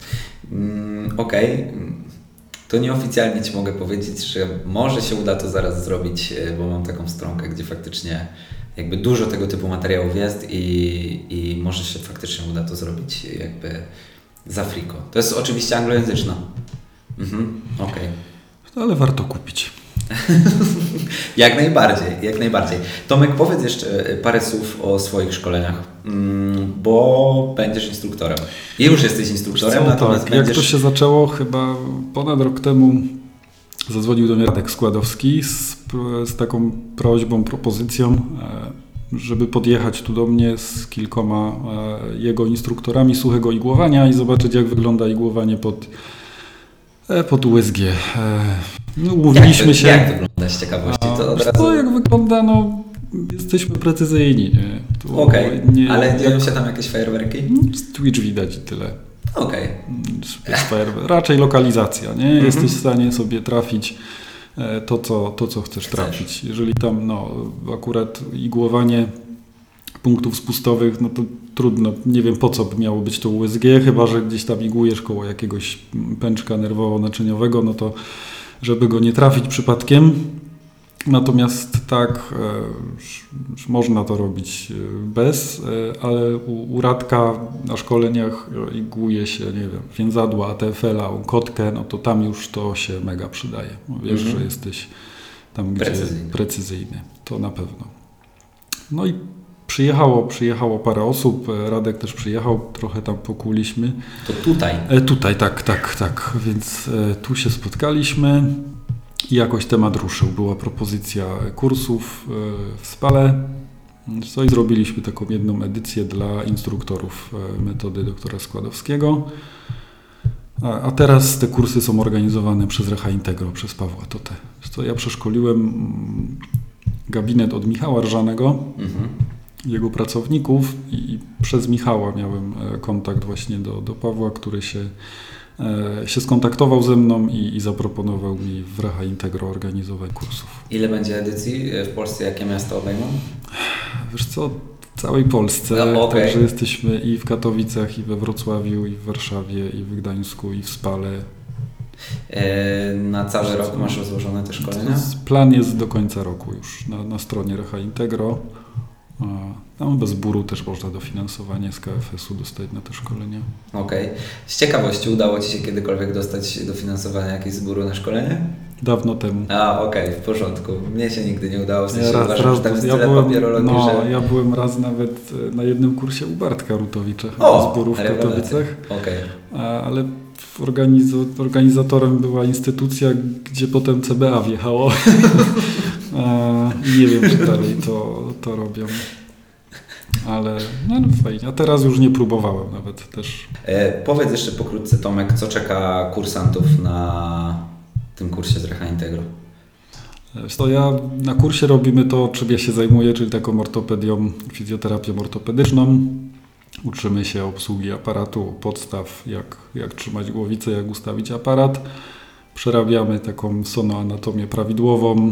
To nieoficjalnie Ci mogę powiedzieć, że może się uda to zaraz zrobić, bo mam taką stronkę, gdzie faktycznie jakby dużo tego typu materiałów jest i może się faktycznie uda to zrobić jakby za friko. To jest oczywiście anglojęzyczna. Ale warto kupić. Jak najbardziej. Tomek, powiedz jeszcze parę słów o swoich szkoleniach, bo będziesz instruktorem. I już jesteś instruktorem, natomiast Jak to się zaczęło, chyba ponad rok temu zadzwonił do mnie Radek Składowski z taką prośbą, propozycją, żeby podjechać tu do mnie z kilkoma jego instruktorami suchego igłowania i zobaczyć, jak wygląda igłowanie pod USG. Umówiliśmy się. Jak wygląda z ciekawości? Jak wygląda, jesteśmy precyzyjni. Ale dzieją się tam jakieś fajerwerki? Twitch widać i tyle. Raczej lokalizacja, nie? Jesteś w stanie sobie trafić to, co chcesz trafić. Jeżeli tam akurat igłowanie punktów spustowych, no to trudno, nie wiem po co by miało być to USG, chyba że gdzieś tam igłujesz koło jakiegoś pęczka nerwowo-naczyniowego, no to żeby go nie trafić przypadkiem. Natomiast tak, można to robić bez, ale u Radka na szkoleniach igłuje się, nie wiem, więzadła, ATFL-a, kotkę, no to tam już to się mega przydaje. Wiesz, że jesteś tam, gdzie precyzyjny. To na pewno. No i przyjechało parę osób, Radek też przyjechał, trochę tam pokuliśmy. To tutaj? Tutaj, tak. Więc tu się spotkaliśmy i jakoś temat ruszył. Była propozycja kursów w Spale. No i zrobiliśmy taką jedną edycję dla instruktorów metody doktora Składowskiego. A teraz te kursy są organizowane przez Recha Integro, przez Pawła Totę. To ja przeszkoliłem gabinet od Michała Rżanego, jego pracowników i przez Michała miałem kontakt właśnie do Pawła, który się skontaktował ze mną i zaproponował mi w Recha Integro organizować kursów. Ile będzie edycji w Polsce? Jakie miasta obejmą? Wiesz co, w całej Polsce, no, okay. Także jesteśmy i w Katowicach, i we Wrocławiu, i w Warszawie, i w Gdańsku, i w Spale. Na cały rok masz rozłożone te szkolenia? Plan jest do końca roku już na stronie Recha Integro. Tam bez bóru też można dofinansowanie z KFS-u dostać na te szkolenia. Okej. Z ciekawości udało Ci się kiedykolwiek dostać dofinansowanie jakieś z bóru na szkolenie? Dawno temu. Okej, w porządku. Mnie się nigdy nie udało, w sensie uważam, że tam jest tyle papierologii, że... Ja byłem raz nawet na jednym kursie u Bartka Rutowicza z bóru w Katowicach. Ale organizatorem była instytucja, gdzie potem CBA wjechało. Nie wiem, czy dalej to robią. Ale no fajnie. A teraz już nie próbowałem nawet też. Powiedz jeszcze pokrótce, Tomek, co czeka kursantów na tym kursie z Recha Integro? Ja na kursie robimy to, czym ja się zajmuję, czyli taką ortopedią, fizjoterapią ortopedyczną. Uczymy się obsługi aparatu, podstaw, jak trzymać głowicę, jak ustawić aparat. Przerabiamy taką sonoanatomię prawidłową,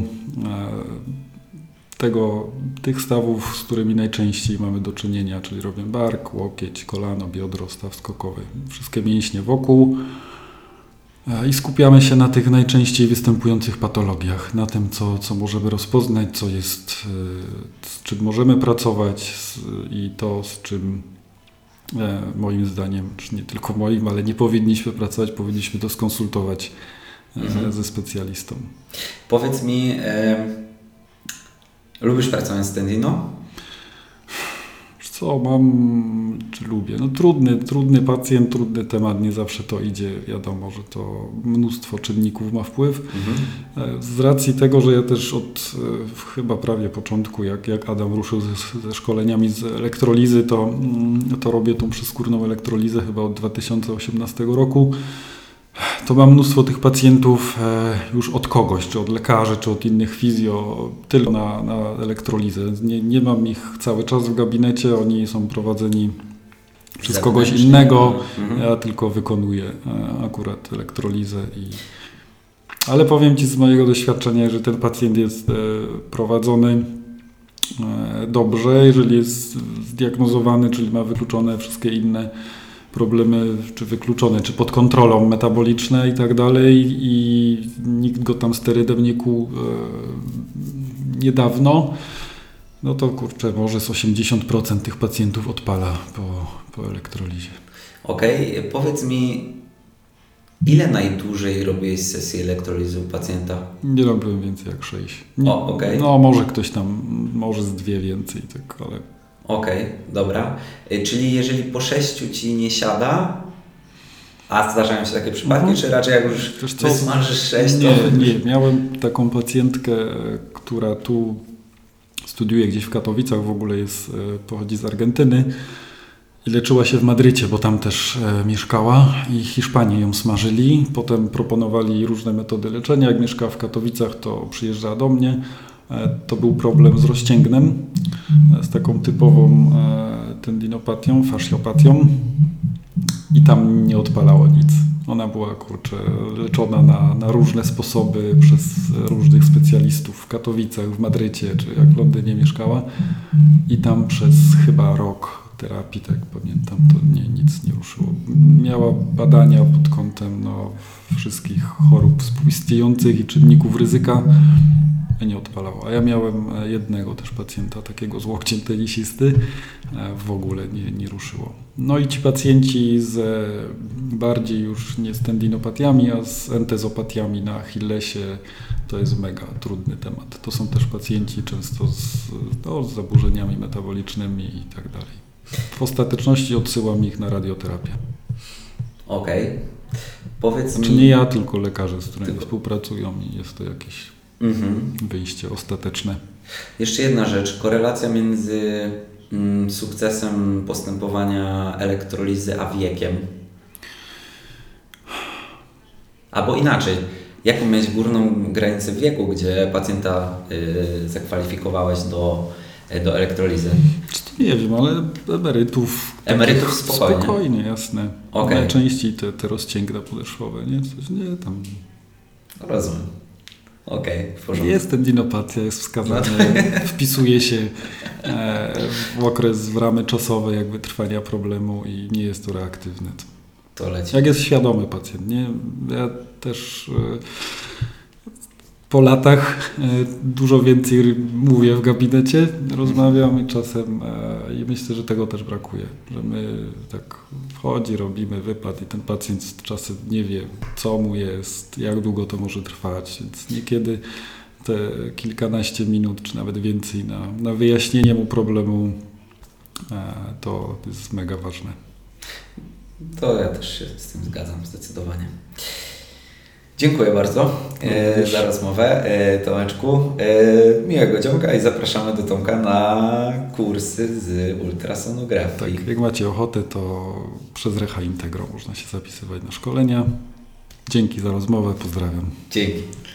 tych stawów, z którymi najczęściej mamy do czynienia, czyli robię bark, łokieć, kolano, biodro, staw skokowy, wszystkie mięśnie wokół i skupiamy się na tych najczęściej występujących patologiach, na tym, co możemy rozpoznać, co jest, z czym możemy pracować i to, z czym moim zdaniem, czy nie tylko moim, ale nie powinniśmy pracować, powinniśmy to skonsultować ze specjalistą. Powiedz mi, lubisz pracować z tendino? Co lubię? No trudny pacjent, trudny temat, nie zawsze to idzie. Wiadomo, że to mnóstwo czynników ma wpływ. Z racji tego, że ja też od chyba prawie początku, jak Adam ruszył ze szkoleniami z elektrolizy, to robię tą przyskórną elektrolizę chyba od 2018 roku. To mam mnóstwo tych pacjentów już od kogoś, czy od lekarzy, czy od innych fizjo, tylko na elektrolizę. Nie mam ich cały czas w gabinecie, oni są prowadzeni przez kogoś innego, ja tylko wykonuję akurat elektrolizę. Ale powiem Ci z mojego doświadczenia, że ten pacjent jest prowadzony dobrze, jeżeli jest zdiagnozowany, czyli ma wykluczone wszystkie inne problemy, czy wykluczone, czy pod kontrolą metaboliczne i tak dalej i nikt go tam sterydem nie kuł niedawno, no to kurczę, może z 80% tych pacjentów odpala po elektrolizie. Okej, powiedz mi, ile najdłużej robiłeś sesję elektrolizy u pacjenta? Nie robiłem więcej jak 6. No może ktoś tam, może z 2 więcej, tak, ale... Okej, dobra. Czyli jeżeli po 6 Ci nie siada, a zdarzają się takie przypadki, czy raczej jak już wysmażysz 6, to... Nie, miałem taką pacjentkę, która tu studiuje gdzieś w Katowicach, w ogóle pochodzi z Argentyny i leczyła się w Madrycie, bo tam też mieszkała i Hiszpanie ją smażyli. Potem proponowali różne metody leczenia. Jak mieszkała w Katowicach, to przyjeżdżała do mnie. To był problem z rozcięgnem, z taką typową tendinopatią, fasciopatią i tam nie odpalało nic. Ona była, leczona na różne sposoby przez różnych specjalistów w Katowicach, w Madrycie, czy jak w Londynie mieszkała. I tam przez chyba rok terapii, tak pamiętam, to nic nie ruszyło. Miała badania pod kątem wszystkich chorób współistniejących i czynników ryzyka. Nie odpalało. A ja miałem jednego też pacjenta, takiego z łokciem tenisisty, w ogóle nie ruszyło. No i ci pacjenci z bardziej już nie z tendinopatiami, a z entezopatiami na Achillesie, to jest mega trudny temat. To są też pacjenci często z zaburzeniami metabolicznymi i tak dalej. W ostateczności odsyłam ich na radioterapię. Okej. Powiedz mi... Czy nie ja, tylko lekarze, z którymi współpracują i jest to jakieś wyjście ostateczne. Jeszcze jedna rzecz. Korelacja między sukcesem postępowania elektrolizy a wiekiem. Albo inaczej. Jaką miałeś górną granicę wieku, gdzie pacjenta zakwalifikowałeś do elektrolizy? Nie wiem, ale emerytów spokojnie. Spokojnie, jasne. Okay. Najczęściej te rozcięgna podeszwowe, nie? Coś nie tam. Rozumiem. Okej, w porządku. Jest tendinopatia, jest wskazanie, wpisuje się w ramy czasowe jakby trwania problemu i nie jest to reaktywne. To leci. Jak jest świadomy pacjent, nie? Ja też po latach dużo więcej mówię w gabinecie, rozmawiam i czasem i myślę, że tego też brakuje, że my tak wchodzi, robimy wypad i ten pacjent czasem nie wie, co mu jest, jak długo to może trwać, więc niekiedy te kilkanaście minut, czy nawet więcej na wyjaśnienie mu problemu to jest mega ważne. To ja też się z tym zgadzam, zdecydowanie. Dziękuję bardzo za rozmowę, Tomeczku. Miłego dzionka i zapraszamy do Tomka na kursy z ultrasonografii. Tak, jak macie ochotę, to przez Reha Integro można się zapisywać na szkolenia. Dzięki za rozmowę, pozdrawiam. Dzięki.